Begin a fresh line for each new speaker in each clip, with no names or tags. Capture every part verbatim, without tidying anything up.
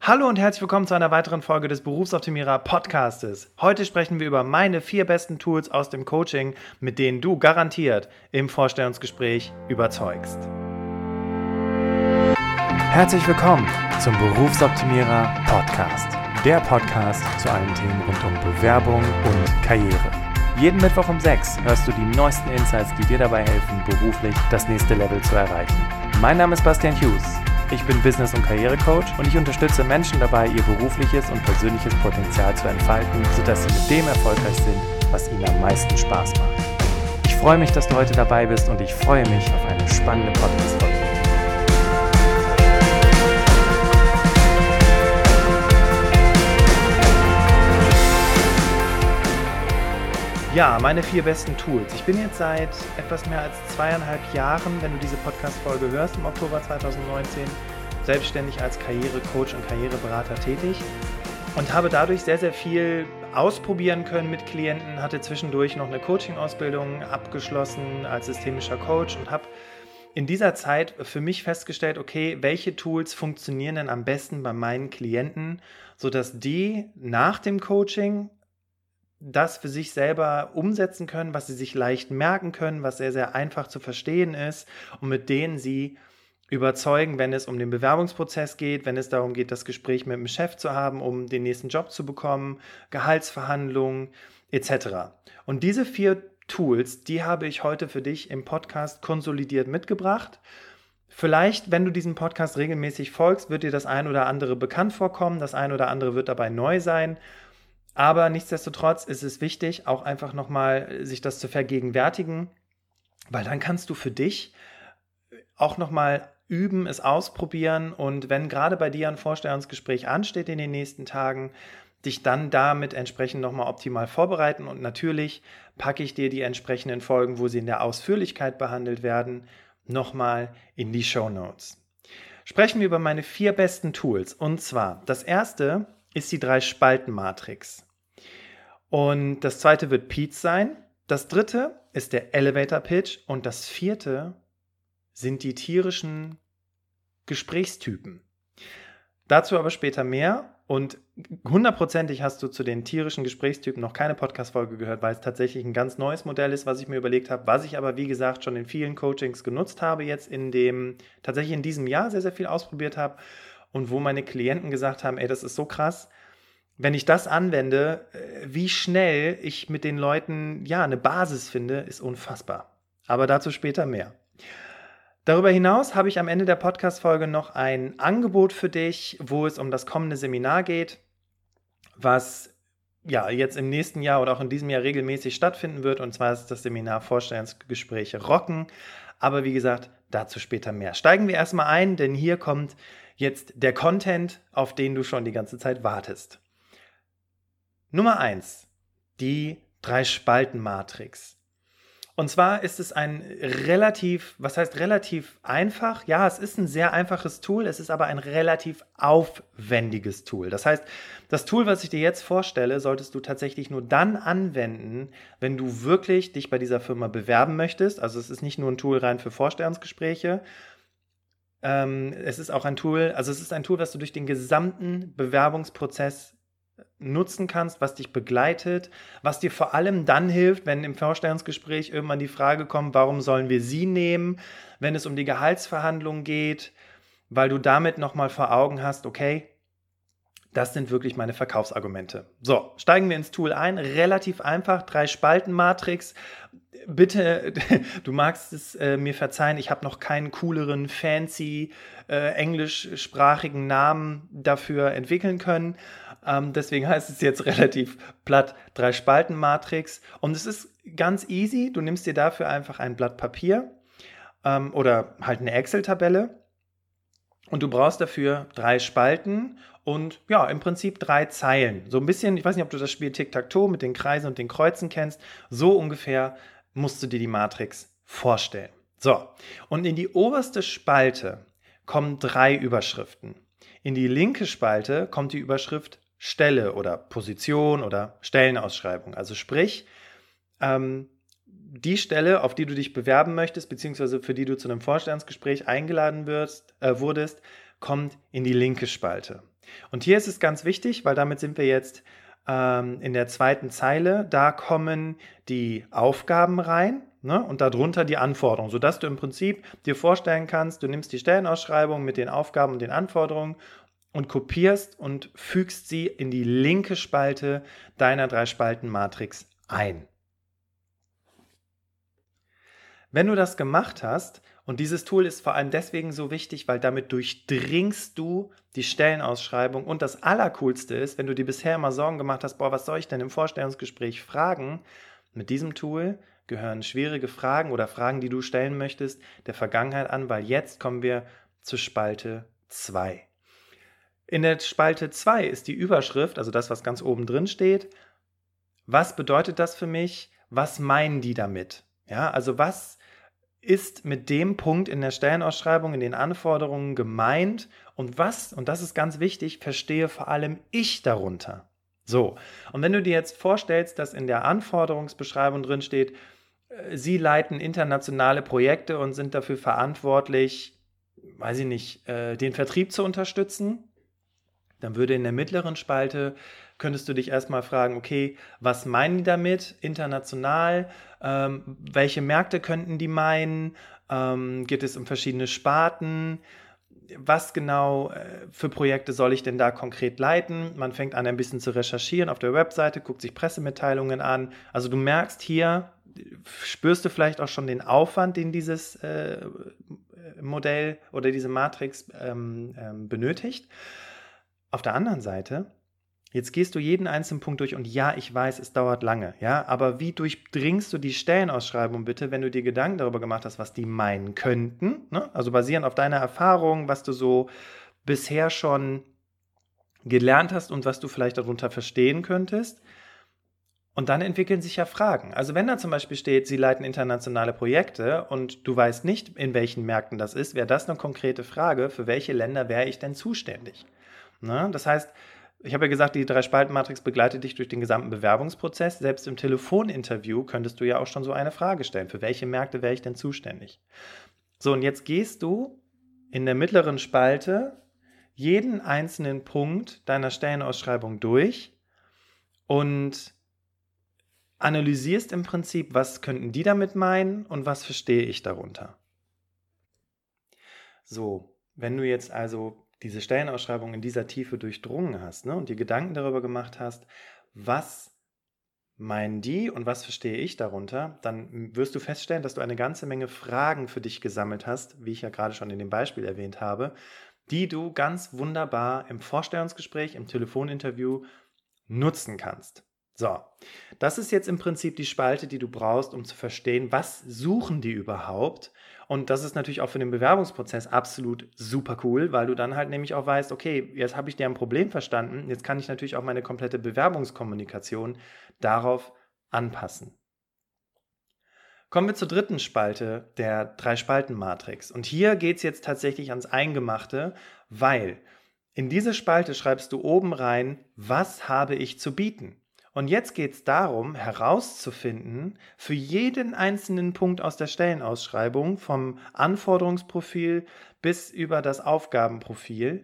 Hallo und herzlich willkommen zu einer weiteren Folge des Berufsoptimierer Podcastes. Heute sprechen wir über meine vier besten Tools aus dem Coaching, mit denen du garantiert im Vorstellungsgespräch überzeugst. Herzlich willkommen zum Berufsoptimierer Podcast. Der Podcast zu allen Themen rund um Bewerbung und Karriere. Jeden Mittwoch um sechs hörst du die neuesten Insights, die dir dabei helfen, beruflich das nächste Level zu erreichen. Mein Name ist Bastian Hughes. Ich bin Business- und Karrierecoach und ich unterstütze Menschen dabei, ihr berufliches und persönliches Potenzial zu entfalten, sodass sie mit dem erfolgreich sind, was ihnen am meisten Spaß macht. Ich freue mich, dass du heute dabei bist und ich freue mich auf eine spannende Podcast-Folge. Ja, meine vier besten Tools. Ich bin jetzt seit etwas mehr als zweieinhalb Jahren, wenn du diese Podcast-Folge hörst, im Oktober zweitausendneunzehn, selbstständig als Karrierecoach und Karriereberater tätig und habe dadurch sehr, sehr viel ausprobieren können mit Klienten, hatte zwischendurch noch eine Coaching-Ausbildung abgeschlossen als systemischer Coach und habe in dieser Zeit für mich festgestellt, okay, welche Tools funktionieren denn am besten bei meinen Klienten, sodass die nach dem Coaching das für sich selber umsetzen können, was sie sich leicht merken können, was sehr, sehr einfach zu verstehen ist und mit denen sie überzeugen, wenn es um den Bewerbungsprozess geht, wenn es darum geht, das Gespräch mit dem Chef zu haben, um den nächsten Job zu bekommen, Gehaltsverhandlungen et cetera. Und diese vier Tools, die habe ich heute für dich im Podcast konsolidiert mitgebracht. Vielleicht, wenn du diesem Podcast regelmäßig folgst, wird dir das ein oder andere bekannt vorkommen, das ein oder andere wird dabei neu sein. Aber nichtsdestotrotz ist es wichtig, auch einfach nochmal sich das zu vergegenwärtigen, weil dann kannst du für dich auch nochmal üben, es ausprobieren und wenn gerade bei dir ein Vorstellungsgespräch ansteht in den nächsten Tagen, dich dann damit entsprechend nochmal optimal vorbereiten und natürlich packe ich dir die entsprechenden Folgen, wo sie in der Ausführlichkeit behandelt werden, nochmal in die Shownotes. Sprechen wir über meine vier besten Tools und zwar das erste ist die Drei-Spalten-Matrix. Und das zweite wird P E A T S sein. Das dritte ist der Elevator Pitch. Und das vierte sind die tierischen Gesprächstypen. Dazu aber später mehr. Und hundertprozentig hast du zu den tierischen Gesprächstypen noch keine Podcast-Folge gehört, weil es tatsächlich ein ganz neues Modell ist, was ich mir überlegt habe, was ich aber, wie gesagt, schon in vielen Coachings genutzt habe, jetzt in dem, tatsächlich in diesem Jahr sehr, sehr viel ausprobiert habe. Und wo meine Klienten gesagt haben, ey, das ist so krass, wenn ich das anwende, wie schnell ich mit den Leuten ja eine Basis finde, ist unfassbar. Aber dazu später mehr. Darüber hinaus habe ich am Ende der Podcast-Folge noch ein Angebot für dich, wo es um das kommende Seminar geht, was ja jetzt im nächsten Jahr oder auch in diesem Jahr regelmäßig stattfinden wird. Und zwar ist das Seminar Vorstellungsgespräche rocken. Aber wie gesagt, dazu später mehr. Steigen wir erstmal ein, denn hier kommt jetzt der Content, auf den du schon die ganze Zeit wartest. Nummer eins, die Drei-Spalten-Matrix. Und zwar ist es ein relativ, was heißt relativ einfach? Ja, es ist ein sehr einfaches Tool, es ist aber ein relativ aufwendiges Tool. Das heißt, das Tool, was ich dir jetzt vorstelle, solltest du tatsächlich nur dann anwenden, wenn du wirklich dich bei dieser Firma bewerben möchtest. Also es ist nicht nur ein Tool rein für Vorstellungsgespräche, Ähm, es ist auch ein Tool, also es ist ein Tool, was du durch den gesamten Bewerbungsprozess nutzen kannst, was dich begleitet, was dir vor allem dann hilft, wenn im Vorstellungsgespräch irgendwann die Frage kommt, warum sollen wir sie nehmen, wenn es um die Gehaltsverhandlungen geht, weil du damit nochmal vor Augen hast, okay, das sind wirklich meine Verkaufsargumente. So, steigen wir ins Tool ein, relativ einfach, Drei-Spalten-Matrix. Bitte, du magst es äh, mir verzeihen, ich habe noch keinen cooleren, fancy, äh, englischsprachigen Namen dafür entwickeln können. Ähm, deswegen heißt es jetzt relativ platt Drei-Spalten-Matrix. Und es ist ganz easy, du nimmst dir dafür einfach ein Blatt Papier ähm, oder halt eine Excel-Tabelle und du brauchst dafür drei Spalten und ja, im Prinzip drei Zeilen. So ein bisschen, ich weiß nicht, ob du das Spiel Tic-Tac-Toe mit den Kreisen und den Kreuzen kennst, so ungefähr musst du dir die Matrix vorstellen. So, und in die oberste Spalte kommen drei Überschriften. In die linke Spalte kommt die Überschrift Stelle oder Position oder Stellenausschreibung. Also sprich, ähm, die Stelle, auf die du dich bewerben möchtest, beziehungsweise für die du zu einem Vorstellungsgespräch eingeladen wirst, äh, wurdest, kommt in die linke Spalte. Und hier ist es ganz wichtig, weil damit sind wir jetzt ähm, in der zweiten Zeile, da kommen die Aufgaben rein, ne, und darunter die Anforderungen, sodass du im Prinzip dir vorstellen kannst, du nimmst die Stellenausschreibung mit den Aufgaben und den Anforderungen und kopierst und fügst sie in die linke Spalte deiner Drei-Spalten-Matrix ein. Wenn du das gemacht hast, und dieses Tool ist vor allem deswegen so wichtig, weil damit durchdringst du die Stellenausschreibung, und das Allercoolste ist, wenn du dir bisher immer Sorgen gemacht hast, boah, was soll ich denn im Vorstellungsgespräch fragen? Mit diesem Tool gehören schwierige Fragen oder Fragen, die du stellen möchtest, der Vergangenheit an, weil jetzt kommen wir zur Spalte zwei. In der Spalte zwei ist die Überschrift, also das, was ganz oben drin steht. Was bedeutet das für mich? Was meinen die damit? Ja, also was ist mit dem Punkt in der Stellenausschreibung, in den Anforderungen gemeint und was, und das ist ganz wichtig, verstehe vor allem ich darunter. So, und wenn du dir jetzt vorstellst, dass in der Anforderungsbeschreibung drin steht, Sie leiten internationale Projekte und sind dafür verantwortlich, weiß ich nicht, den Vertrieb zu unterstützen, dann würde in der mittleren Spalte, könntest du dich erstmal fragen, okay, was meinen die damit international? Ähm, welche Märkte könnten die meinen? Ähm, geht es um verschiedene Sparten? Was genau äh, für Projekte soll ich denn da konkret leiten? Man fängt an, ein bisschen zu recherchieren auf der Webseite, guckt sich Pressemitteilungen an. Also du merkst hier, spürst du vielleicht auch schon den Aufwand, den dieses äh, Modell oder diese Matrix ähm, ähm, benötigt. Auf der anderen Seite, jetzt gehst du jeden einzelnen Punkt durch und ja, ich weiß, es dauert lange, ja, aber wie durchdringst du die Stellenausschreibung bitte, wenn du dir Gedanken darüber gemacht hast, was die meinen könnten, ne? Also basierend auf deiner Erfahrung, was du so bisher schon gelernt hast und was du vielleicht darunter verstehen könntest. Und dann entwickeln sich ja Fragen. Also wenn da zum Beispiel steht, sie leiten internationale Projekte und du weißt nicht, in welchen Märkten das ist, wäre das eine konkrete Frage, für welche Länder wäre ich denn zuständig? Ne? Das heißt, ich habe ja gesagt, die Drei-Spalten-Matrix begleitet dich durch den gesamten Bewerbungsprozess. Selbst im Telefoninterview könntest du ja auch schon so eine Frage stellen. Für welche Märkte wäre ich denn zuständig? So, und jetzt gehst du in der mittleren Spalte jeden einzelnen Punkt deiner Stellenausschreibung durch und analysierst im Prinzip, was könnten die damit meinen und was verstehe ich darunter. So, wenn du jetzt also diese Stellenausschreibung in dieser Tiefe durchdrungen hast, ne, und dir Gedanken darüber gemacht hast, was meinen die und was verstehe ich darunter, dann wirst du feststellen, dass du eine ganze Menge Fragen für dich gesammelt hast, wie ich ja gerade schon in dem Beispiel erwähnt habe, die du ganz wunderbar im Vorstellungsgespräch, im Telefoninterview nutzen kannst. So, das ist jetzt im Prinzip die Spalte, die du brauchst, um zu verstehen, was suchen die überhaupt. Und das ist natürlich auch für den Bewerbungsprozess absolut super cool, weil du dann halt nämlich auch weißt, okay, jetzt habe ich dir ein Problem verstanden, jetzt kann ich natürlich auch meine komplette Bewerbungskommunikation darauf anpassen. Kommen wir zur dritten Spalte der Drei-Spalten-Matrix. Und hier geht es jetzt tatsächlich ans Eingemachte, weil in diese Spalte schreibst du oben rein, was habe ich zu bieten? Und jetzt geht es darum, herauszufinden, für jeden einzelnen Punkt aus der Stellenausschreibung, vom Anforderungsprofil bis über das Aufgabenprofil,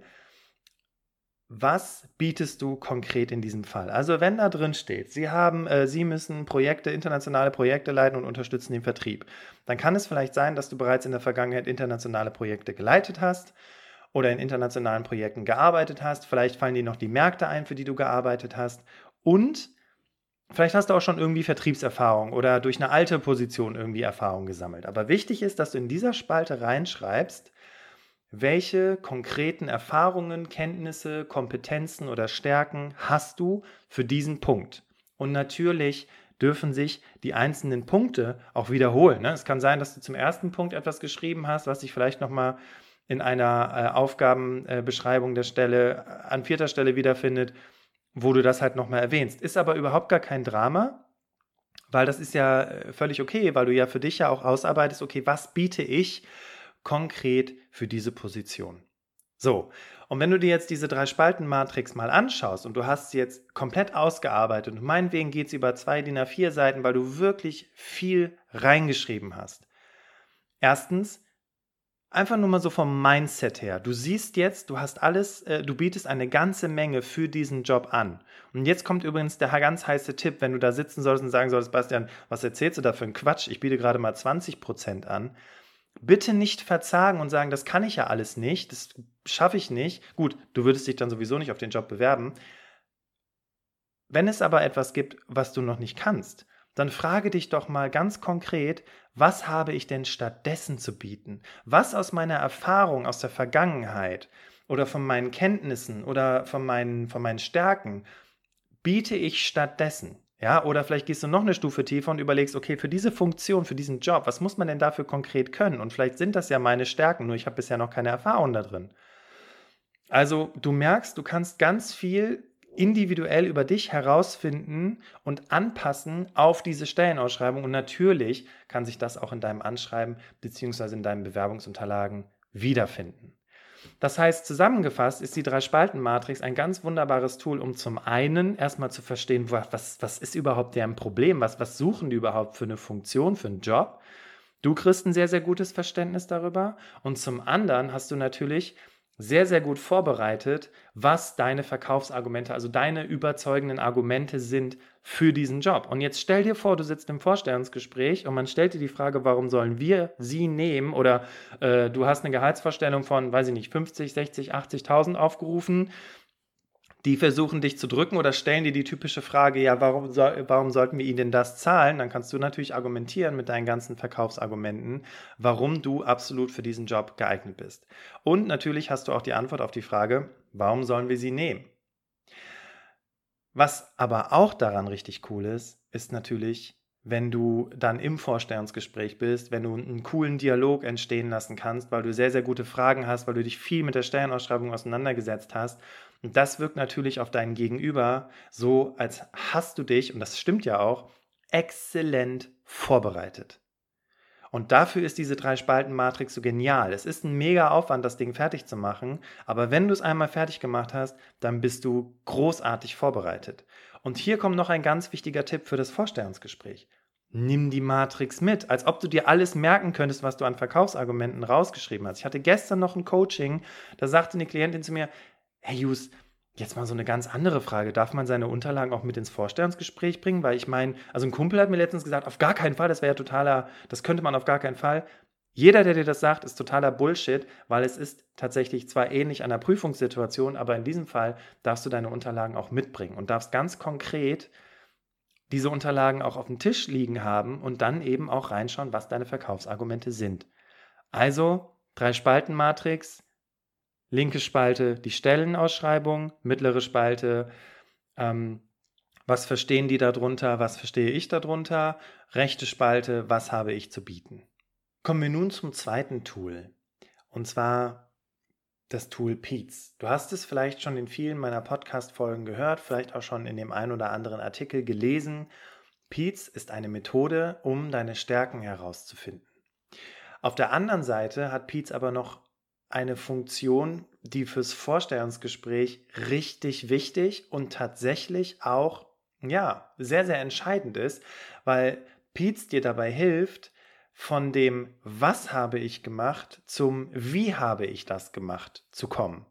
was bietest du konkret in diesem Fall? Also wenn da drin steht, Sie haben, äh, Sie müssen Projekte, internationale Projekte leiten und unterstützen den Vertrieb, dann kann es vielleicht sein, dass du bereits in der Vergangenheit internationale Projekte geleitet hast oder in internationalen Projekten gearbeitet hast. Vielleicht fallen dir noch die Märkte ein, für die du gearbeitet hast. Und vielleicht hast du auch schon irgendwie Vertriebserfahrung oder durch eine alte Position irgendwie Erfahrung gesammelt. Aber wichtig ist, dass du in dieser Spalte reinschreibst, welche konkreten Erfahrungen, Kenntnisse, Kompetenzen oder Stärken hast du für diesen Punkt. Und natürlich dürfen sich die einzelnen Punkte auch wiederholen. Ne? Es kann sein, dass du zum ersten Punkt etwas geschrieben hast, was sich vielleicht nochmal in einer äh, Aufgabenbeschreibung der Stelle an vierter Stelle wiederfindet, wo du das halt nochmal erwähnst. Ist aber überhaupt gar kein Drama, weil das ist ja völlig okay, weil du ja für dich ja auch ausarbeitest, okay, was biete ich konkret für diese Position? So, und wenn du dir jetzt diese Drei-Spalten-Matrix mal anschaust und du hast sie jetzt komplett ausgearbeitet und meinetwegen geht es über zwei D I N A vier Seiten, weil du wirklich viel reingeschrieben hast. Erstens, Einfach nur mal so vom Mindset her. Du siehst jetzt, du hast alles, äh, du bietest eine ganze Menge für diesen Job an. Und jetzt kommt übrigens der ganz heiße Tipp, wenn du da sitzen solltest und sagen solltest, Bastian, was erzählst du da für einen Quatsch? Ich biete gerade mal zwanzig Prozent an. Bitte nicht verzagen und sagen, das kann ich ja alles nicht, das schaffe ich nicht. Gut, du würdest dich dann sowieso nicht auf den Job bewerben. Wenn es aber etwas gibt, was du noch nicht kannst, dann frage dich doch mal ganz konkret, was habe ich denn stattdessen zu bieten? Was aus meiner Erfahrung, aus der Vergangenheit oder von meinen Kenntnissen oder von meinen, von meinen Stärken biete ich stattdessen? Ja, oder vielleicht gehst du noch eine Stufe tiefer und überlegst, okay, für diese Funktion, für diesen Job, was muss man denn dafür konkret können? Und vielleicht sind das ja meine Stärken, nur ich habe bisher noch keine Erfahrung da drin. Also du merkst, du kannst ganz viel individuell über dich herausfinden und anpassen auf diese Stellenausschreibung. Und natürlich kann sich das auch in deinem Anschreiben bzw. in deinen Bewerbungsunterlagen wiederfinden. Das heißt, zusammengefasst ist die Drei-Spalten-Matrix ein ganz wunderbares Tool, um zum einen erstmal zu verstehen, was, was ist überhaupt deren Problem, was, was suchen die überhaupt für eine Funktion, für einen Job. Du kriegst ein sehr, sehr gutes Verständnis darüber. Und zum anderen hast du natürlich sehr, sehr gut vorbereitet, was deine Verkaufsargumente, also deine überzeugenden Argumente sind für diesen Job. Und jetzt stell dir vor, du sitzt im Vorstellungsgespräch und man stellt dir die Frage, warum sollen wir sie nehmen? Oder äh, du hast eine Gehaltsvorstellung von, weiß ich nicht, fünfzig, sechzig, achtzigtausend aufgerufen. Die versuchen dich zu drücken oder stellen dir die typische Frage, ja, warum, soll, warum sollten wir ihnen denn das zahlen? Dann kannst du natürlich argumentieren mit deinen ganzen Verkaufsargumenten, warum du absolut für diesen Job geeignet bist. Und natürlich hast du auch die Antwort auf die Frage, warum sollen wir sie nehmen? Was aber auch daran richtig cool ist, ist natürlich, wenn du dann im Vorstellungsgespräch bist, wenn du einen coolen Dialog entstehen lassen kannst, weil du sehr, sehr gute Fragen hast, weil du dich viel mit der Stellenausschreibung auseinandergesetzt hast. Und das wirkt natürlich auf deinen Gegenüber so, als hast du dich, und das stimmt ja auch, exzellent vorbereitet. Und dafür ist diese Drei-Spalten-Matrix so genial. Es ist ein mega Aufwand, das Ding fertig zu machen, aber wenn du es einmal fertig gemacht hast, dann bist du großartig vorbereitet. Und hier kommt noch ein ganz wichtiger Tipp für das Vorstellungsgespräch. Nimm die Matrix mit, als ob du dir alles merken könntest, was du an Verkaufsargumenten rausgeschrieben hast. Ich hatte gestern noch ein Coaching, da sagte eine Klientin zu mir, hey Jus, jetzt mal so eine ganz andere Frage. Darf man seine Unterlagen auch mit ins Vorstellungsgespräch bringen? Weil ich meine, also ein Kumpel hat mir letztens gesagt, auf gar keinen Fall, das wäre ja totaler, das könnte man auf gar keinen Fall. Jeder, der dir das sagt, ist totaler Bullshit, weil es ist tatsächlich zwar ähnlich an der Prüfungssituation, aber in diesem Fall darfst du deine Unterlagen auch mitbringen und darfst ganz konkret diese Unterlagen auch auf dem Tisch liegen haben und dann eben auch reinschauen, was deine Verkaufsargumente sind. Also, Drei-Spalten-Matrix, linke Spalte die Stellenausschreibung, mittlere Spalte, ähm, was verstehen die darunter, was verstehe ich darunter, rechte Spalte, was habe ich zu bieten. Kommen wir nun zum zweiten Tool, und zwar das Tool Peats. Du hast es vielleicht schon in vielen meiner Podcast-Folgen gehört, vielleicht auch schon in dem einen oder anderen Artikel gelesen. Peats ist eine Methode, um deine Stärken herauszufinden. Auf der anderen Seite hat Peats aber noch eine Funktion, die fürs Vorstellungsgespräch richtig wichtig und tatsächlich auch, ja, sehr, sehr entscheidend ist, weil Peats dir dabei hilft, von dem was habe ich gemacht zum wie habe ich das gemacht zu kommen.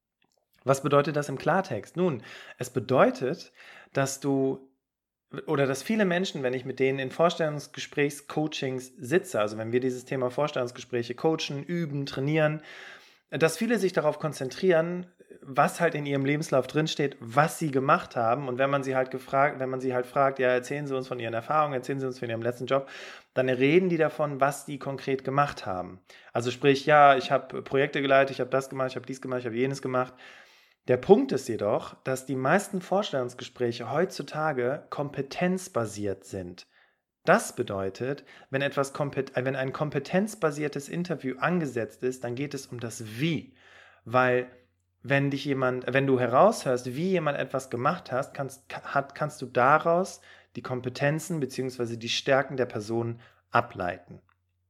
Was bedeutet das im Klartext? Nun, es bedeutet, dass du oder dass viele Menschen, wenn ich mit denen in Vorstellungsgesprächs-Coachings sitze, also wenn wir dieses Thema Vorstellungsgespräche coachen, üben, trainieren, dass viele sich darauf konzentrieren, was halt in ihrem Lebenslauf drinsteht, was sie gemacht haben. Und wenn man sie halt gefragt, wenn man sie halt fragt, ja, erzählen Sie uns von Ihren Erfahrungen, erzählen Sie uns von Ihrem letzten Job, dann reden die davon, was die konkret gemacht haben. Also sprich, ja, ich habe Projekte geleitet, ich habe das gemacht, ich habe dies gemacht, ich habe jenes gemacht. Der Punkt ist jedoch, dass die meisten Vorstellungsgespräche heutzutage kompetenzbasiert sind. Das bedeutet, wenn, etwas kompet- wenn ein kompetenzbasiertes Interview angesetzt ist, dann geht es um das Wie. Weil wenn dich jemand, wenn du heraushörst, wie jemand etwas gemacht hast, kannst, hat, kannst du daraus die Kompetenzen bzw. die Stärken der Person ableiten.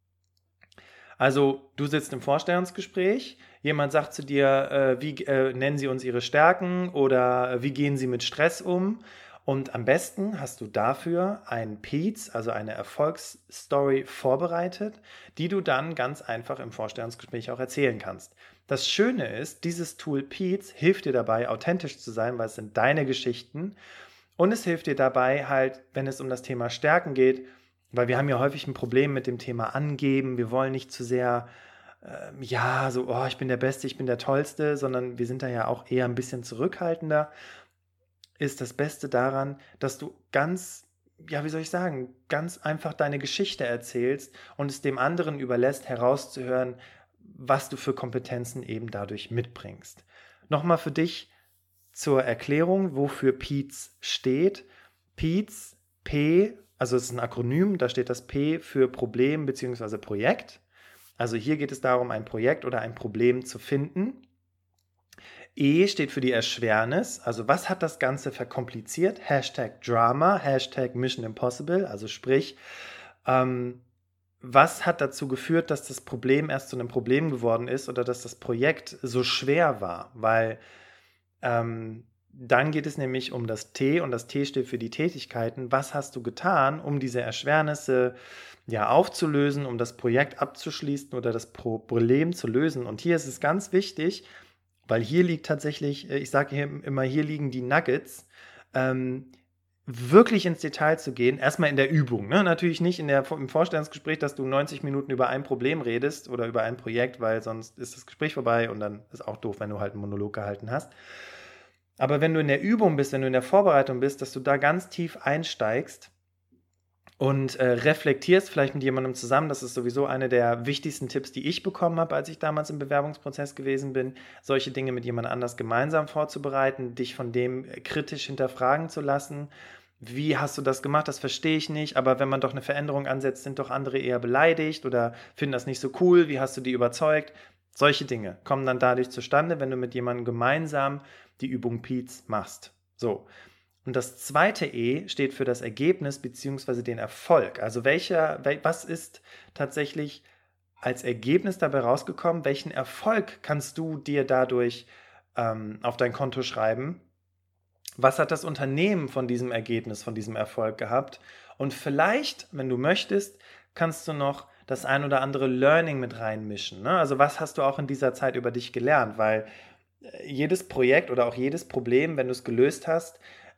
Also du sitzt im Vorstellungsgespräch, jemand sagt zu dir, äh, wie äh, nennen Sie uns Ihre Stärken oder äh, wie gehen Sie mit Stress um? Und am besten hast du dafür einen Piez, also eine Erfolgsstory vorbereitet, die du dann ganz einfach im Vorstellungsgespräch auch erzählen kannst. Das Schöne ist, dieses Tool Piez hilft dir dabei, authentisch zu sein, weil es sind deine Geschichten. Und es hilft dir dabei halt, wenn es um das Thema Stärken geht, weil wir haben ja häufig ein Problem mit dem Thema Angeben. Wir wollen nicht zu sehr, äh, ja, so, oh, ich bin der Beste, ich bin der Tollste, sondern wir sind da ja auch eher ein bisschen zurückhaltender. Ist das Beste daran, dass du ganz, ja, wie soll ich sagen, ganz einfach deine Geschichte erzählst und es dem anderen überlässt, herauszuhören, was du für Kompetenzen eben dadurch mitbringst. Nochmal für dich zur Erklärung, wofür Piez steht. Piez, P, also es ist ein Akronym, da steht das P für Problem bzw. Projekt. Also hier geht es darum, ein Projekt oder ein Problem zu finden. E steht für die Erschwernis, also was hat das Ganze verkompliziert? Hashtag Drama, Hashtag Mission Impossible, also sprich, ähm, was hat dazu geführt, dass das Problem erst zu einem Problem geworden ist oder dass das Projekt so schwer war? Weil ähm, dann geht es nämlich um das T und das T steht für die Tätigkeiten. Was hast du getan, um diese Erschwernisse ja, aufzulösen, um das Projekt abzuschließen oder das Problem zu lösen? Und hier ist es ganz wichtig, weil hier liegt tatsächlich, ich sage hier immer, hier liegen die Nuggets, ähm, wirklich ins Detail zu gehen, erstmal in der Übung, ne? Natürlich nicht in der, im Vorstellungsgespräch, dass du neunzig Minuten über ein Problem redest oder über ein Projekt, weil sonst ist das Gespräch vorbei und dann ist auch doof, wenn du halt einen Monolog gehalten hast. Aber wenn du in der Übung bist, wenn du in der Vorbereitung bist, dass du da ganz tief einsteigst und äh, reflektierst vielleicht mit jemandem zusammen. Das ist sowieso eine der wichtigsten Tipps, die ich bekommen habe, als ich damals im Bewerbungsprozess gewesen bin, solche Dinge mit jemand anders gemeinsam vorzubereiten, dich von dem kritisch hinterfragen zu lassen. Wie hast du das gemacht? Das verstehe ich nicht, aber wenn man doch eine Veränderung ansetzt, sind doch andere eher beleidigt oder finden das nicht so cool. Wie hast du die überzeugt? Solche Dinge kommen dann dadurch zustande, wenn du mit jemandem gemeinsam die Übung Piez machst. So. Und das zweite E steht für das Ergebnis bzw. den Erfolg. Also welcher, was ist tatsächlich als Ergebnis dabei rausgekommen? Welchen Erfolg kannst du dir dadurch ähm, auf dein Konto schreiben? Was hat das Unternehmen von diesem Ergebnis, von diesem Erfolg gehabt? Und vielleicht, wenn du möchtest, kannst du noch das ein oder andere Learning mit reinmischen. Ne? Also was hast du auch in dieser Zeit über dich gelernt? Weil jedes Projekt oder auch jedes Problem, wenn du es gelöst hast,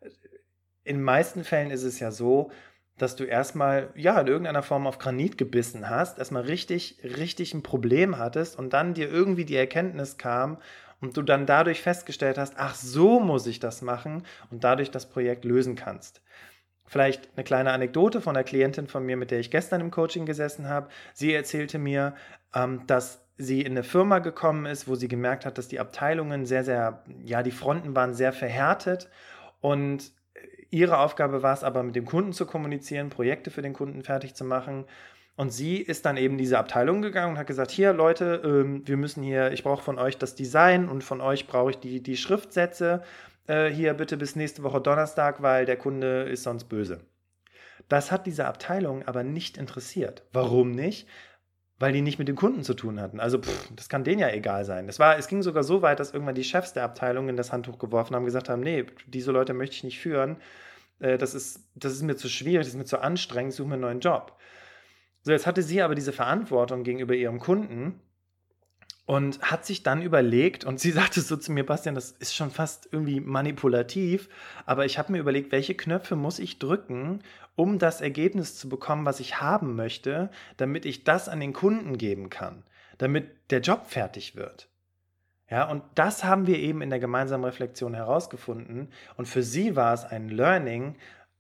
in den meisten Fällen ist es ja so, dass du erstmal ja in irgendeiner Form auf Granit gebissen hast, erstmal richtig, richtig ein Problem hattest und dann dir irgendwie die Erkenntnis kam und du dann dadurch festgestellt hast, ach, so muss ich das machen und dadurch das Projekt lösen kannst. Vielleicht eine kleine Anekdote von einer Klientin von mir, mit der ich gestern im Coaching gesessen habe. Sie erzählte mir, ähm, dass sie in eine Firma gekommen ist, wo sie gemerkt hat, dass die Abteilungen sehr, sehr, ja, die Fronten waren sehr verhärtet und ihre Aufgabe war es aber, mit dem Kunden zu kommunizieren, Projekte für den Kunden fertig zu machen. Und sie ist dann eben in diese Abteilung gegangen und hat gesagt, hier Leute, ähm, wir müssen hier, ich brauche von euch das Design und von euch brauche ich die, die Schriftsätze. Äh, hier bitte bis nächste Woche Donnerstag, weil der Kunde ist sonst böse. Das hat diese Abteilung aber nicht interessiert. Warum nicht? Weil die nicht mit dem Kunden zu tun hatten. Also pff, das kann denen ja egal sein. Es, war, es ging sogar so weit, dass irgendwann die Chefs der Abteilung in das Handtuch geworfen haben und gesagt haben, nee, diese Leute möchte ich nicht führen. Äh, das ist, das ist mir zu schwierig, das ist mir zu anstrengend, ich suche mir einen neuen Job. So, jetzt hatte sie aber diese Verantwortung gegenüber ihrem Kunden und hat sich dann überlegt, und sie sagte so zu mir, Bastian, das ist schon fast irgendwie manipulativ, aber ich habe mir überlegt, welche Knöpfe muss ich drücken, um das Ergebnis zu bekommen, was ich haben möchte, damit ich das an den Kunden geben kann, damit der Job fertig wird. Ja, und das haben wir eben in der gemeinsamen Reflexion herausgefunden. Und für sie war es ein Learning,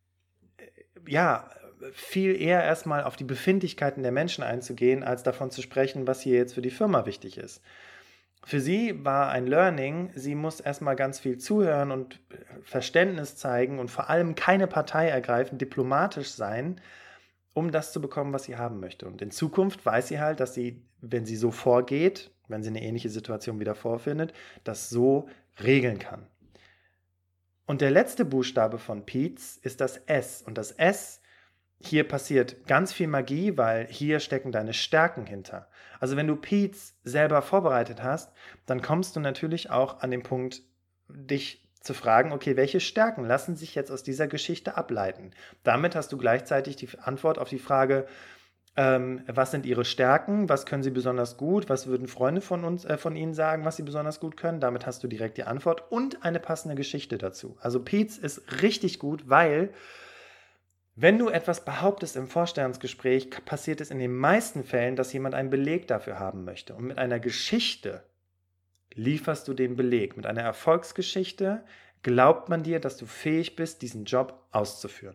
ja, viel eher erstmal auf die Befindlichkeiten der Menschen einzugehen, als davon zu sprechen, was hier jetzt für die Firma wichtig ist. Für sie war ein Learning, sie muss erstmal ganz viel zuhören und Verständnis zeigen und vor allem keine Partei ergreifen, diplomatisch sein, um das zu bekommen, was sie haben möchte. Und in Zukunft weiß sie halt, dass sie, wenn sie so vorgeht, wenn sie eine ähnliche Situation wieder vorfindet, das so regeln kann. Und der letzte Buchstabe von Piez ist das S. Und das S, hier passiert ganz viel Magie, weil hier stecken deine Stärken hinter. Also wenn du Piez selber vorbereitet hast, dann kommst du natürlich auch an den Punkt, dich zu fragen, okay, welche Stärken lassen sich jetzt aus dieser Geschichte ableiten? Damit hast du gleichzeitig die Antwort auf die Frage, ähm, was sind ihre Stärken, was können sie besonders gut, was würden Freunde von uns, äh, von ihnen sagen, was sie besonders gut können. Damit hast du direkt die Antwort und eine passende Geschichte dazu. Also Pete's ist richtig gut, weil wenn du etwas behauptest im Vorstellungsgespräch, passiert es in den meisten Fällen, dass jemand einen Beleg dafür haben möchte. Und mit einer Geschichte lieferst du den Beleg. Mit einer Erfolgsgeschichte glaubt man dir, dass du fähig bist, diesen Job auszuführen.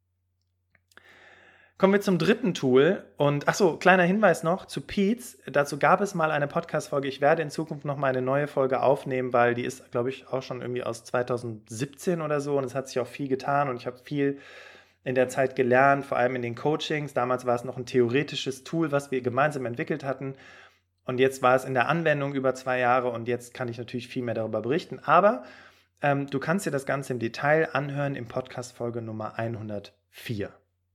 Kommen wir zum dritten Tool. Und achso, kleiner Hinweis noch zu Pete's. Dazu gab es mal eine Podcast-Folge. Ich werde in Zukunft noch mal eine neue Folge aufnehmen, weil die ist, glaube ich, auch schon irgendwie aus zweitausendsiebzehn oder so. Und es hat sich auch viel getan und ich habe viel in der Zeit gelernt, vor allem in den Coachings. Damals war es noch ein theoretisches Tool, was wir gemeinsam entwickelt hatten. Und jetzt war es in der Anwendung über zwei Jahre und jetzt kann ich natürlich viel mehr darüber berichten. Aber ähm, du kannst dir das Ganze im Detail anhören im Podcast-Folge Nummer hundertvier.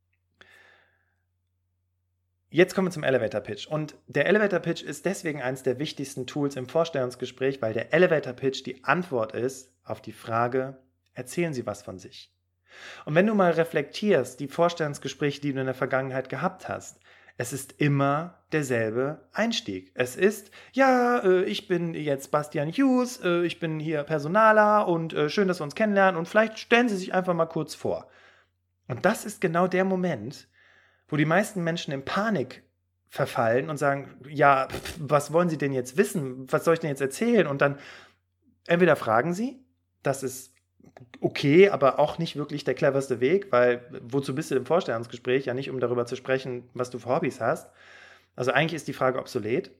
Jetzt kommen wir zum Elevator Pitch. Und der Elevator Pitch ist deswegen eines der wichtigsten Tools im Vorstellungsgespräch, weil der Elevator Pitch die Antwort ist auf die Frage, erzählen Sie was von sich. Und wenn du mal reflektierst, die Vorstellungsgespräche, die du in der Vergangenheit gehabt hast, es ist immer derselbe Einstieg. Es ist, ja, ich bin jetzt Bastian Hughes, ich bin hier Personaler und schön, dass wir uns kennenlernen und vielleicht stellen Sie sich einfach mal kurz vor. Und das ist genau der Moment, wo die meisten Menschen in Panik verfallen und sagen, ja, was wollen Sie denn jetzt wissen? Was soll ich denn jetzt erzählen? Und dann entweder fragen sie, das ist okay, aber auch nicht wirklich der cleverste Weg, weil wozu bist du im Vorstellungsgespräch? Ja nicht, um darüber zu sprechen, was du für Hobbys hast. Also eigentlich ist die Frage obsolet.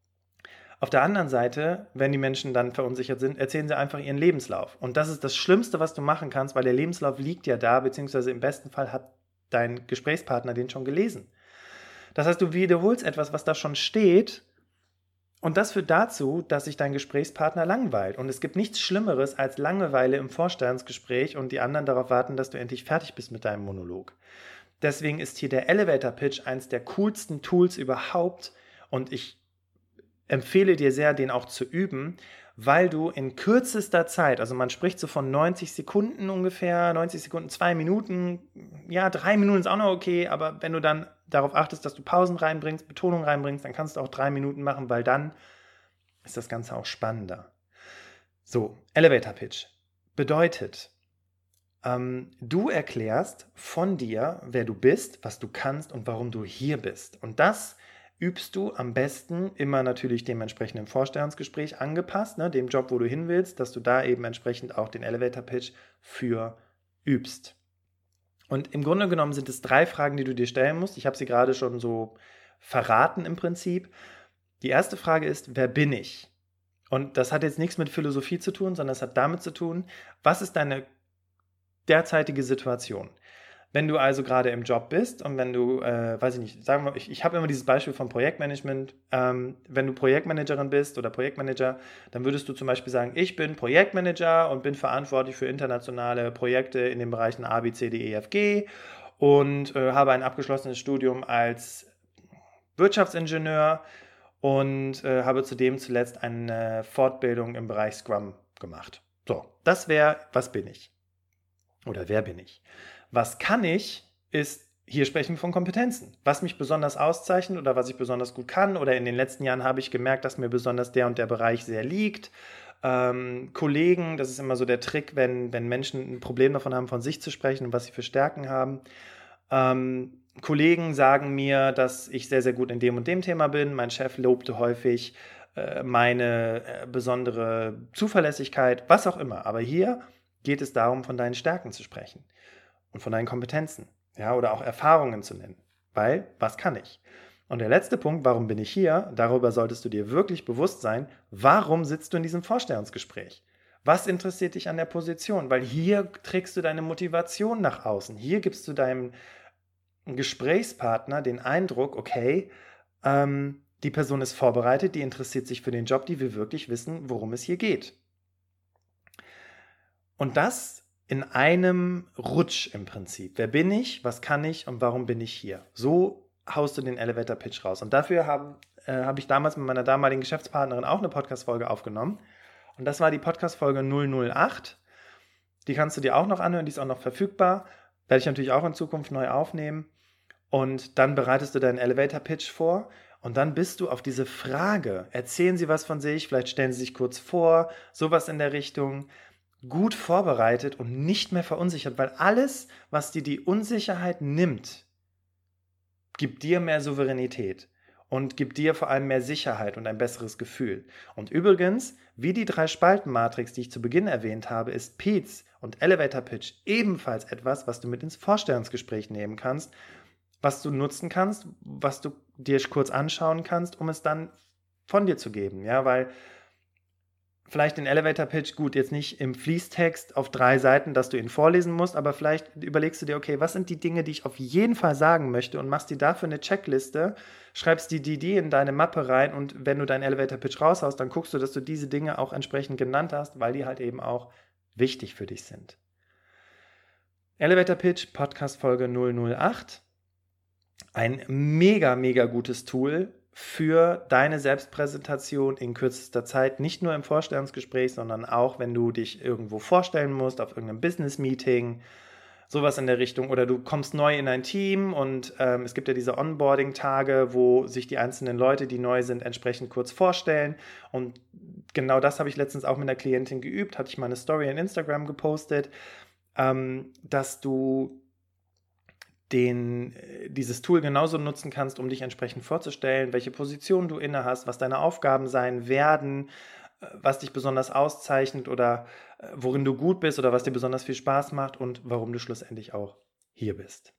Auf der anderen Seite, wenn die Menschen dann verunsichert sind, erzählen sie einfach ihren Lebenslauf. Und das ist das Schlimmste, was du machen kannst, weil der Lebenslauf liegt ja da, beziehungsweise im besten Fall hat dein Gesprächspartner den schon gelesen. Das heißt, du wiederholst etwas, was da schon steht, und das führt dazu, dass sich dein Gesprächspartner langweilt. Und es gibt nichts Schlimmeres als Langeweile im Vorstellungsgespräch und die anderen darauf warten, dass du endlich fertig bist mit deinem Monolog. Deswegen ist hier der Elevator Pitch eines der coolsten Tools überhaupt und ich empfehle dir sehr, den auch zu üben, weil du in kürzester Zeit, also man spricht so von neunzig Sekunden ungefähr, neunzig Sekunden, zwei Minuten, ja, drei Minuten ist auch noch okay, aber wenn du dann darauf achtest, dass du Pausen reinbringst, Betonung reinbringst, dann kannst du auch drei Minuten machen, weil dann ist das Ganze auch spannender. So, Elevator Pitch bedeutet, ähm, du erklärst von dir, wer du bist, was du kannst und warum du hier bist. Und das übst du am besten immer natürlich dem entsprechenden Vorstellungsgespräch angepasst, ne, dem Job, wo du hin willst, dass du da eben entsprechend auch den Elevator Pitch für übst. Und im Grunde genommen sind es drei Fragen, die du dir stellen musst. Ich habe sie gerade schon so verraten im Prinzip. Die erste Frage ist, wer bin ich? Und das hat jetzt nichts mit Philosophie zu tun, sondern es hat damit zu tun, was ist deine derzeitige Situation? Wenn du also gerade im Job bist und wenn du, äh, weiß ich nicht, sagen wir, ich, ich habe immer dieses Beispiel von Projektmanagement, ähm, wenn du Projektmanagerin bist oder Projektmanager, dann würdest du zum Beispiel sagen, ich bin Projektmanager und bin verantwortlich für internationale Projekte in den Bereichen A, B, C, D, E, F, G und äh, habe ein abgeschlossenes Studium als Wirtschaftsingenieur und äh, habe zudem zuletzt eine Fortbildung im Bereich Scrum gemacht. So, das wäre, was bin ich? Oder wer bin ich? Was kann ich, ist, hier sprechen wir von Kompetenzen. Was mich besonders auszeichnet oder was ich besonders gut kann oder in den letzten Jahren habe ich gemerkt, dass mir besonders der und der Bereich sehr liegt. Ähm, Kollegen, das ist immer so der Trick, wenn, wenn Menschen ein Problem davon haben, von sich zu sprechen und was sie für Stärken haben. Ähm, Kollegen sagen mir, dass ich sehr, sehr gut in dem und dem Thema bin. Mein Chef lobte häufig äh, meine äh, besondere Zuverlässigkeit, was auch immer. Aber hier geht es darum, von deinen Stärken zu sprechen. Und von deinen Kompetenzen, ja, oder auch Erfahrungen zu nennen. Weil, was kann ich? Und der letzte Punkt, warum bin ich hier? Darüber solltest du dir wirklich bewusst sein, warum sitzt du in diesem Vorstellungsgespräch? Was interessiert dich an der Position? Weil hier trägst du deine Motivation nach außen. Hier gibst du deinem Gesprächspartner den Eindruck, okay, ähm, die Person ist vorbereitet, die interessiert sich für den Job, die will wirklich wissen, worum es hier geht. Und das in einem Rutsch im Prinzip. Wer bin ich, was kann ich und warum bin ich hier? So haust du den Elevator Pitch raus. Und dafür habe äh, hab ich damals mit meiner damaligen Geschäftspartnerin auch eine Podcast-Folge aufgenommen. Und das war die Podcast-Folge null null acht. Die kannst du dir auch noch anhören, die ist auch noch verfügbar. Werde ich natürlich auch in Zukunft neu aufnehmen. Und dann bereitest du deinen Elevator-Pitch vor und dann bist du auf diese Frage, erzählen Sie was von sich, vielleicht stellen Sie sich kurz vor, sowas in der Richtung, gut vorbereitet und nicht mehr verunsichert, weil alles, was dir die Unsicherheit nimmt, gibt dir mehr Souveränität und gibt dir vor allem mehr Sicherheit und ein besseres Gefühl. Und übrigens, wie die Drei-Spalten-Matrix, die ich zu Beginn erwähnt habe, ist Pete's und Elevator Pitch ebenfalls etwas, was du mit ins Vorstellungsgespräch nehmen kannst, was du nutzen kannst, was du dir kurz anschauen kannst, um es dann von dir zu geben. Ja, weil vielleicht den Elevator Pitch, gut, jetzt nicht im Fließtext auf drei Seiten, dass du ihn vorlesen musst, aber vielleicht überlegst du dir, okay, was sind die Dinge, die ich auf jeden Fall sagen möchte und machst dir dafür eine Checkliste, schreibst die die, die in deine Mappe rein und wenn du deinen Elevator Pitch raushaust, dann guckst du, dass du diese Dinge auch entsprechend genannt hast, weil die halt eben auch wichtig für dich sind. Elevator Pitch, Podcast Folge null null acht. Ein mega, mega gutes Tool für deine Selbstpräsentation in kürzester Zeit, nicht nur im Vorstellungsgespräch, sondern auch, wenn du dich irgendwo vorstellen musst, auf irgendeinem Business-Meeting, sowas in der Richtung, oder du kommst neu in ein Team und ähm, es gibt ja diese Onboarding-Tage, wo sich die einzelnen Leute, die neu sind, entsprechend kurz vorstellen und genau das habe ich letztens auch mit einer Klientin geübt, hatte ich mal eine Story in Instagram gepostet, ähm, dass du Den, dieses Tool genauso nutzen kannst, um dich entsprechend vorzustellen, welche Position du inne hast, was deine Aufgaben sein werden, was dich besonders auszeichnet oder worin du gut bist oder was dir besonders viel Spaß macht und warum du schlussendlich auch hier bist.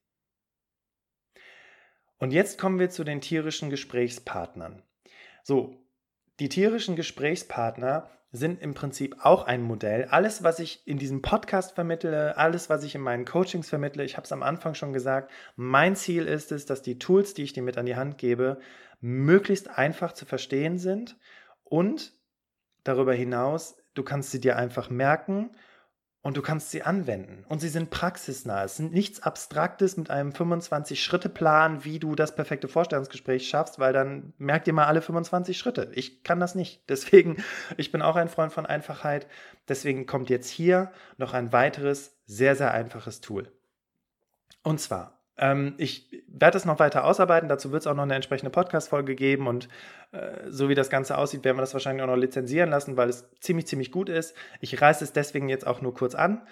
Und jetzt kommen wir zu den tierischen Gesprächspartnern. So, die tierischen Gesprächspartner sind im Prinzip auch ein Modell. Alles, was ich in diesem Podcast vermittle, alles, was ich in meinen Coachings vermittle, ich habe es am Anfang schon gesagt, mein Ziel ist es, dass die Tools, die ich dir mit an die Hand gebe, möglichst einfach zu verstehen sind und darüber hinaus, du kannst sie dir einfach merken und du kannst sie anwenden. Und sie sind praxisnah. Es sind nichts Abstraktes mit einem fünfundzwanzig-Schritte-Plan, wie du das perfekte Vorstellungsgespräch schaffst, weil dann merkt ihr mal alle fünfundzwanzig Schritte. Ich kann das nicht. Deswegen, ich bin auch ein Freund von Einfachheit. Deswegen kommt jetzt hier noch ein weiteres, sehr, sehr einfaches Tool. Und zwar, ähm, ich werde das noch weiter ausarbeiten. Dazu wird es auch noch eine entsprechende Podcast-Folge geben. Und äh, so wie das Ganze aussieht, werden wir das wahrscheinlich auch noch lizenzieren lassen, weil es ziemlich, ziemlich gut ist. Ich reiße es deswegen jetzt auch nur kurz an.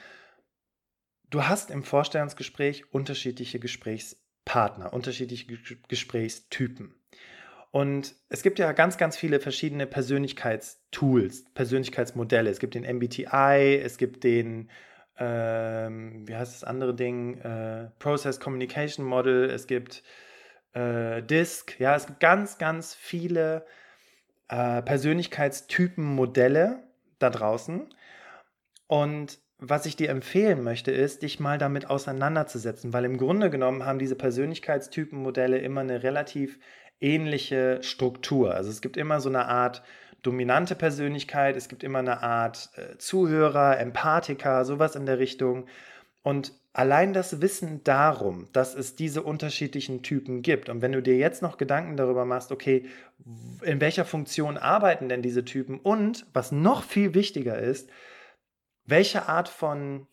Du hast im Vorstellungsgespräch unterschiedliche Gesprächspartner, unterschiedliche G- Gesprächstypen. Und es gibt ja ganz, ganz viele verschiedene Persönlichkeitstools, Persönlichkeitsmodelle. Es gibt den M B T I, es gibt den Ähm, wie heißt das andere Ding, äh, Process Communication Model, es gibt äh, D I S C, ja, es gibt ganz, ganz viele äh, Persönlichkeitstypen-Modelle da draußen und was ich dir empfehlen möchte, ist, dich mal damit auseinanderzusetzen, weil im Grunde genommen haben diese Persönlichkeitstypen-Modelle immer eine relativ ähnliche Struktur. Also es gibt immer so eine Art dominante Persönlichkeit, es gibt immer eine Art äh, Zuhörer, Empathiker, sowas in der Richtung. Und allein das Wissen darum, dass es diese unterschiedlichen Typen gibt und wenn du dir jetzt noch Gedanken darüber machst, okay, in welcher Funktion arbeiten denn diese Typen und, was noch viel wichtiger ist, welche Art von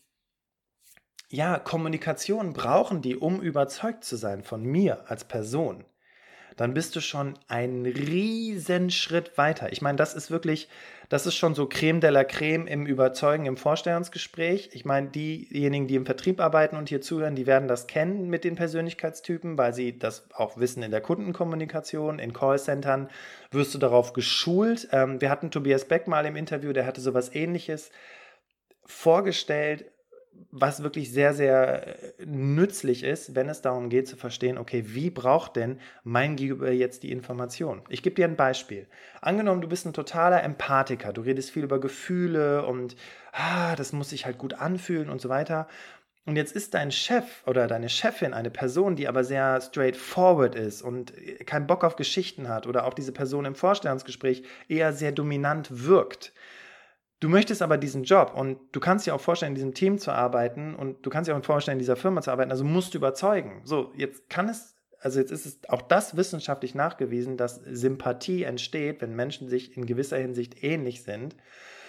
ja, Kommunikation brauchen die, um überzeugt zu sein von mir als Person, dann bist du schon einen riesen Schritt weiter. Ich meine, das ist wirklich, das ist schon so Creme de la Creme im Überzeugen, im Vorstellungsgespräch. Ich meine, diejenigen, die im Vertrieb arbeiten und hier zuhören, die werden das kennen mit den Persönlichkeitstypen, weil sie das auch wissen in der Kundenkommunikation, in Callcentern wirst du darauf geschult. Ähm, wir hatten Tobias Beck mal im Interview, der hatte sowas Ähnliches vorgestellt, was wirklich sehr, sehr nützlich ist, wenn es darum geht zu verstehen, okay, wie braucht denn mein Gegenüber jetzt die Information? Ich gebe dir ein Beispiel. Angenommen, du bist ein totaler Empathiker, du redest viel über Gefühle und ah, das muss sich halt gut anfühlen und so weiter. Und jetzt ist dein Chef oder deine Chefin eine Person, die aber sehr straightforward ist und keinen Bock auf Geschichten hat oder auch diese Person im Vorstellungsgespräch eher sehr dominant wirkt. Du möchtest aber diesen Job und du kannst dir auch vorstellen, in diesem Team zu arbeiten und du kannst dir auch vorstellen, in dieser Firma zu arbeiten, also musst du überzeugen. So, jetzt kann es, also jetzt ist es auch das wissenschaftlich nachgewiesen, dass Sympathie entsteht, wenn Menschen sich in gewisser Hinsicht ähnlich sind.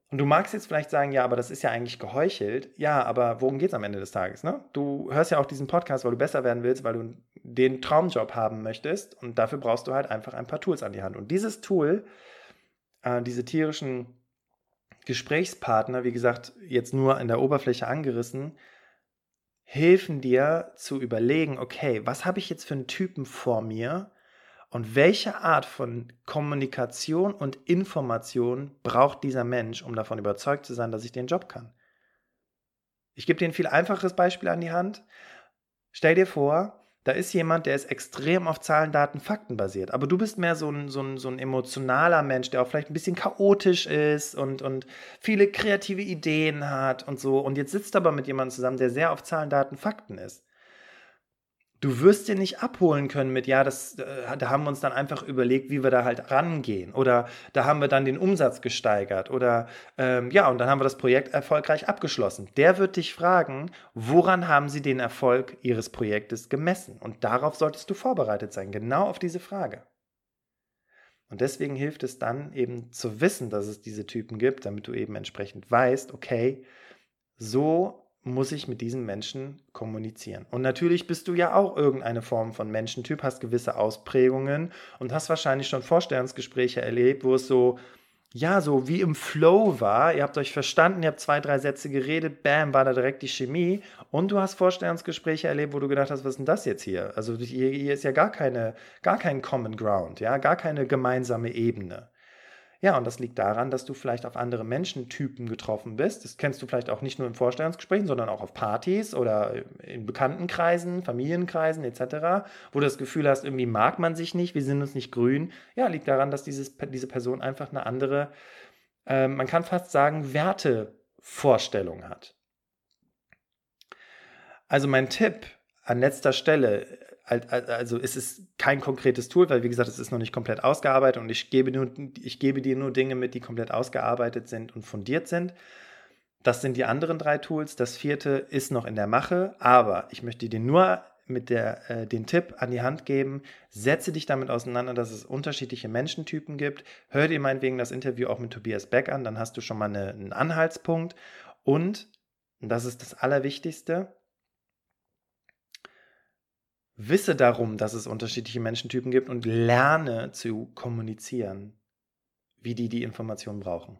Und du magst jetzt vielleicht sagen, ja, aber das ist ja eigentlich geheuchelt. Ja, aber worum geht es am Ende des Tages? Ne? Du hörst ja auch diesen Podcast, weil du besser werden willst, weil du den Traumjob haben möchtest. Und dafür brauchst du halt einfach ein paar Tools an die Hand. Und dieses Tool, äh, diese tierischen Gesprächspartner, wie gesagt, jetzt nur in der Oberfläche angerissen, helfen dir zu überlegen, okay, was habe ich jetzt für einen Typen vor mir? Und welche Art von Kommunikation und Information braucht dieser Mensch, um davon überzeugt zu sein, dass ich den Job kann? Ich gebe dir ein viel einfacheres Beispiel an die Hand. Stell dir vor, da ist jemand, der ist extrem auf Zahlen, Daten, Fakten basiert. Aber du bist mehr so ein, so ein, so ein emotionaler Mensch, der auch vielleicht ein bisschen chaotisch ist und, und viele kreative Ideen hat und so. Und jetzt sitzt aber mit jemandem zusammen, der sehr auf Zahlen, Daten, Fakten ist. Du wirst dir nicht abholen können mit, ja, das, äh, da haben wir uns dann einfach überlegt, wie wir da halt rangehen. Oder da haben wir dann den Umsatz gesteigert. Oder ähm, ja, und dann haben wir das Projekt erfolgreich abgeschlossen. Der wird dich fragen, woran haben sie den Erfolg ihres Projektes gemessen? Und darauf solltest du vorbereitet sein, genau auf diese Frage. Und deswegen hilft es dann eben zu wissen, dass es diese Typen gibt, damit du eben entsprechend weißt, okay, so muss ich mit diesen Menschen kommunizieren. Und natürlich bist du ja auch irgendeine Form von Menschentyp, hast gewisse Ausprägungen und hast wahrscheinlich schon Vorstellungsgespräche erlebt, wo es so, ja, so wie im Flow war. Ihr habt euch verstanden, ihr habt zwei, drei Sätze geredet, bam, war da direkt die Chemie. Und du hast Vorstellungsgespräche erlebt, wo du gedacht hast, was ist denn das jetzt hier? Also hier, hier ist ja gar keine, gar kein Common Ground, ja, gar keine gemeinsame Ebene. Ja, und das liegt daran, dass du vielleicht auf andere Menschentypen getroffen bist. Das kennst du vielleicht auch nicht nur in Vorstellungsgesprächen, sondern auch auf Partys oder in Bekanntenkreisen, Familienkreisen et cetera, wo du das Gefühl hast, irgendwie mag man sich nicht, wir sind uns nicht grün. Ja, liegt daran, dass dieses, diese Person einfach eine andere, äh, man kann fast sagen, Wertevorstellung hat. Also mein Tipp an letzter Stelle, also es ist kein konkretes Tool, weil wie gesagt, es ist noch nicht komplett ausgearbeitet und ich gebe, nur, ich gebe dir nur Dinge mit, die komplett ausgearbeitet sind und fundiert sind. Das sind die anderen drei Tools. Das vierte ist noch in der Mache, aber ich möchte dir nur mit der, äh, den Tipp an die Hand geben, setze dich damit auseinander, dass es unterschiedliche Menschentypen gibt. Hör dir meinetwegen das Interview auch mit Tobias Beck an, dann hast du schon mal eine, einen Anhaltspunkt. Und, und das ist das Allerwichtigste, wisse darum, dass es unterschiedliche Menschentypen gibt und lerne zu kommunizieren, wie die die Informationen brauchen.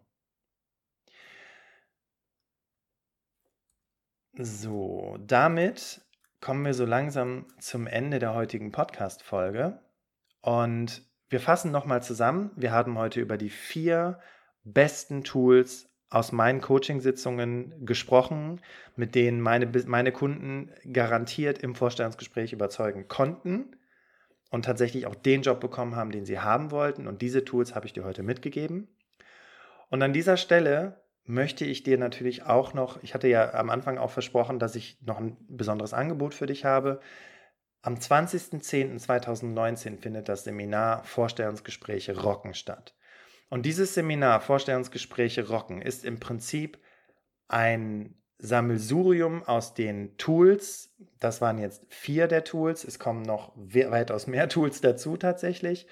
So, damit kommen wir so langsam zum Ende der heutigen Podcast-Folge und wir fassen nochmal zusammen. Wir haben heute über die vier besten Tools aus meinen Coachingsitzungen gesprochen, mit denen meine, meine Kunden garantiert im Vorstellungsgespräch überzeugen konnten und tatsächlich auch den Job bekommen haben, den sie haben wollten. Und diese Tools habe ich dir heute mitgegeben. Und an dieser Stelle möchte ich dir natürlich auch noch, ich hatte ja am Anfang auch versprochen, dass ich noch ein besonderes Angebot für dich habe. Am zwanzigsten zehnten zweitausendneunzehn findet das Seminar Vorstellungsgespräche rocken statt. Und dieses Seminar Vorstellungsgespräche rocken ist im Prinzip ein Sammelsurium aus den Tools. Das waren jetzt vier der Tools. Es kommen noch weitaus mehr Tools dazu tatsächlich,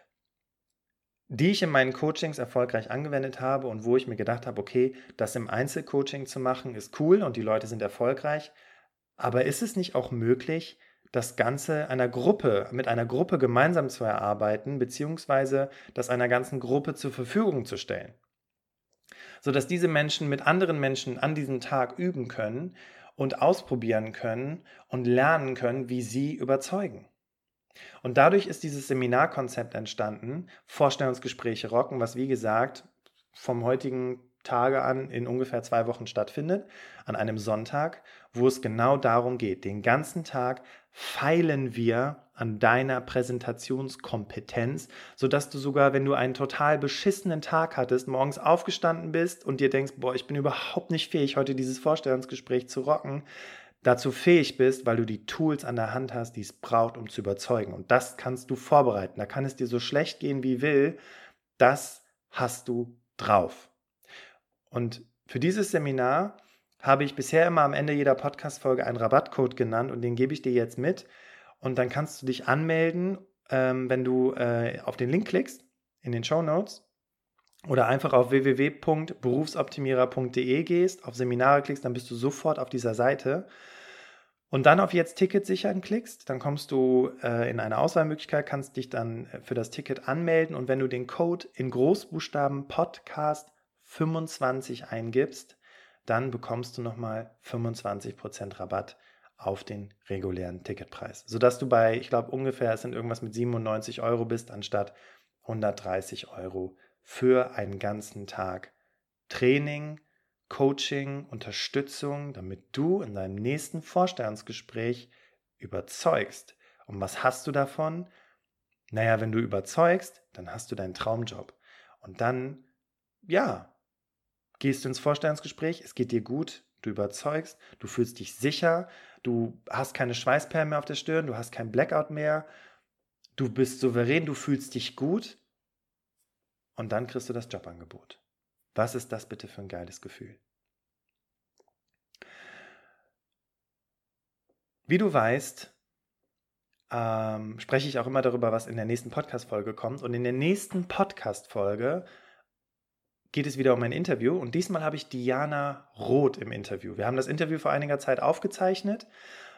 die ich in meinen Coachings erfolgreich angewendet habe und wo ich mir gedacht habe, okay, das im Einzelcoaching zu machen ist cool und die Leute sind erfolgreich. Aber ist es nicht auch möglich, das Ganze einer Gruppe, mit einer Gruppe gemeinsam zu erarbeiten, beziehungsweise das einer ganzen Gruppe zur Verfügung zu stellen? Sodass diese Menschen mit anderen Menschen an diesem Tag üben können und ausprobieren können und lernen können, wie sie überzeugen. Und dadurch ist dieses Seminarkonzept entstanden, Vorstellungsgespräche rocken, was wie gesagt vom heutigen Tage an in ungefähr zwei Wochen stattfindet, an einem Sonntag, wo es genau darum geht. Den ganzen Tag feilen wir an deiner Präsentationskompetenz, sodass du sogar, wenn du einen total beschissenen Tag hattest, morgens aufgestanden bist und dir denkst, boah, ich bin überhaupt nicht fähig, heute dieses Vorstellungsgespräch zu rocken, dazu fähig bist, weil du die Tools an der Hand hast, die es braucht, um zu überzeugen. Und das kannst du vorbereiten. Da kann es dir so schlecht gehen, wie will. Das hast du drauf. Und für dieses Seminar habe ich bisher immer am Ende jeder Podcast-Folge einen Rabattcode genannt und den gebe ich dir jetzt mit. Und dann kannst du dich anmelden, ähm, wenn du äh, auf den Link klickst in den Shownotes. oder einfach auf w w w punkt berufsoptimierer punkt d e gehst, auf Seminare klickst, dann bist du sofort auf dieser Seite. Und dann auf jetzt Ticket sichern klickst, dann kommst du äh, in eine Auswahlmöglichkeit, kannst dich dann für das Ticket anmelden und wenn du den Code in Großbuchstaben Podcast fünfundzwanzig eingibst, dann bekommst du nochmal fünfundzwanzig Prozent Rabatt auf den regulären Ticketpreis, sodass du bei, ich glaube ungefähr, es sind irgendwas mit siebenundneunzig Euro bist, anstatt hundertdreißig Euro für einen ganzen Tag Training, Coaching, Unterstützung, damit du in deinem nächsten Vorstellungsgespräch überzeugst. Und was hast du davon? Naja, wenn du überzeugst, dann hast du deinen Traumjob. Und dann, ja, gehst du ins Vorstellungsgespräch, es geht dir gut, du überzeugst, du fühlst dich sicher, du hast keine Schweißperlen mehr auf der Stirn, du hast kein Blackout mehr, du bist souverän, du fühlst dich gut und dann kriegst du das Jobangebot. Was ist das bitte für ein geiles Gefühl? Wie du weißt, ähm, spreche ich auch immer darüber, was in der nächsten Podcast-Folge kommt. Und in der nächsten Podcast-Folge geht es wieder um ein Interview. Und diesmal habe ich Diana Roth im Interview. Wir haben das Interview vor einiger Zeit aufgezeichnet.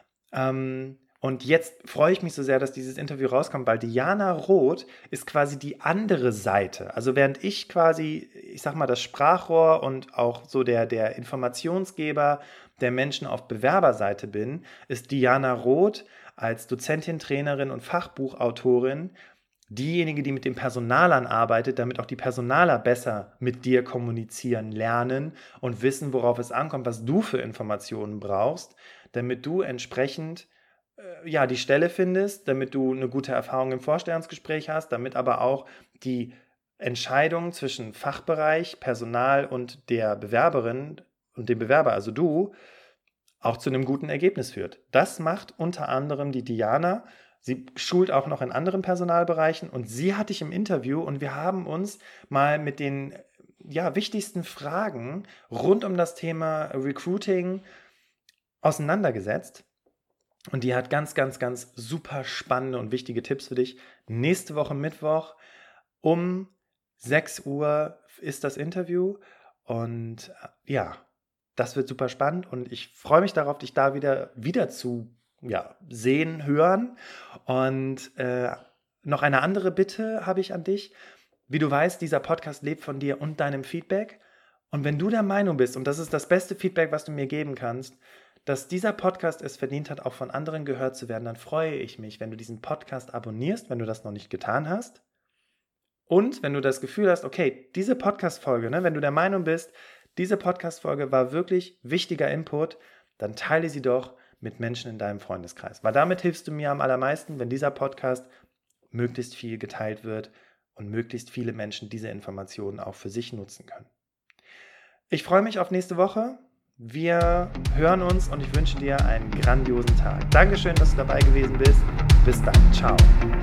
Ähm, Und jetzt freue ich mich so sehr, dass dieses Interview rauskommt, weil Diana Roth ist quasi die andere Seite. Also während ich quasi, ich sag mal, das Sprachrohr und auch so der, der Informationsgeber der Menschen auf Bewerberseite bin, ist Diana Roth als Dozentin, Trainerin und Fachbuchautorin diejenige, die mit den Personalern arbeitet, damit auch die Personaler besser mit dir kommunizieren lernen und wissen, worauf es ankommt, was du für Informationen brauchst, damit du entsprechend ja, die Stelle findest, damit du eine gute Erfahrung im Vorstellungsgespräch hast, damit aber auch die Entscheidung zwischen Fachbereich, Personal und der Bewerberin und dem Bewerber, also du, auch zu einem guten Ergebnis führt. Das macht unter anderem die Diana. Sie schult auch noch in anderen Personalbereichen und sie hatte ich im Interview und wir haben uns mal mit den ja, wichtigsten Fragen rund um das Thema Recruiting auseinandergesetzt. Und die hat ganz, ganz, ganz super spannende und wichtige Tipps für dich. Nächste Woche Mittwoch um sechs Uhr ist das Interview. Und ja, das wird super spannend. Und ich freue mich darauf, dich da wieder, wieder zu ja, sehen, hören. Und äh, noch eine andere Bitte habe ich an dich. Wie du weißt, dieser Podcast lebt von dir und deinem Feedback. Und wenn du der Meinung bist, und das ist das beste Feedback, was du mir geben kannst, dass dieser Podcast es verdient hat, auch von anderen gehört zu werden, dann freue ich mich, wenn du diesen Podcast abonnierst, wenn du das noch nicht getan hast. Und wenn du das Gefühl hast, okay, diese Podcast-Folge, ne, wenn du der Meinung bist, diese Podcast-Folge war wirklich wichtiger Input, dann teile sie doch mit Menschen in deinem Freundeskreis. Weil damit hilfst du mir am allermeisten, wenn dieser Podcast möglichst viel geteilt wird und möglichst viele Menschen diese Informationen auch für sich nutzen können. Ich freue mich auf nächste Woche. Wir hören uns und ich wünsche dir einen grandiosen Tag. Dankeschön, dass du dabei gewesen bist. Bis dann. Ciao.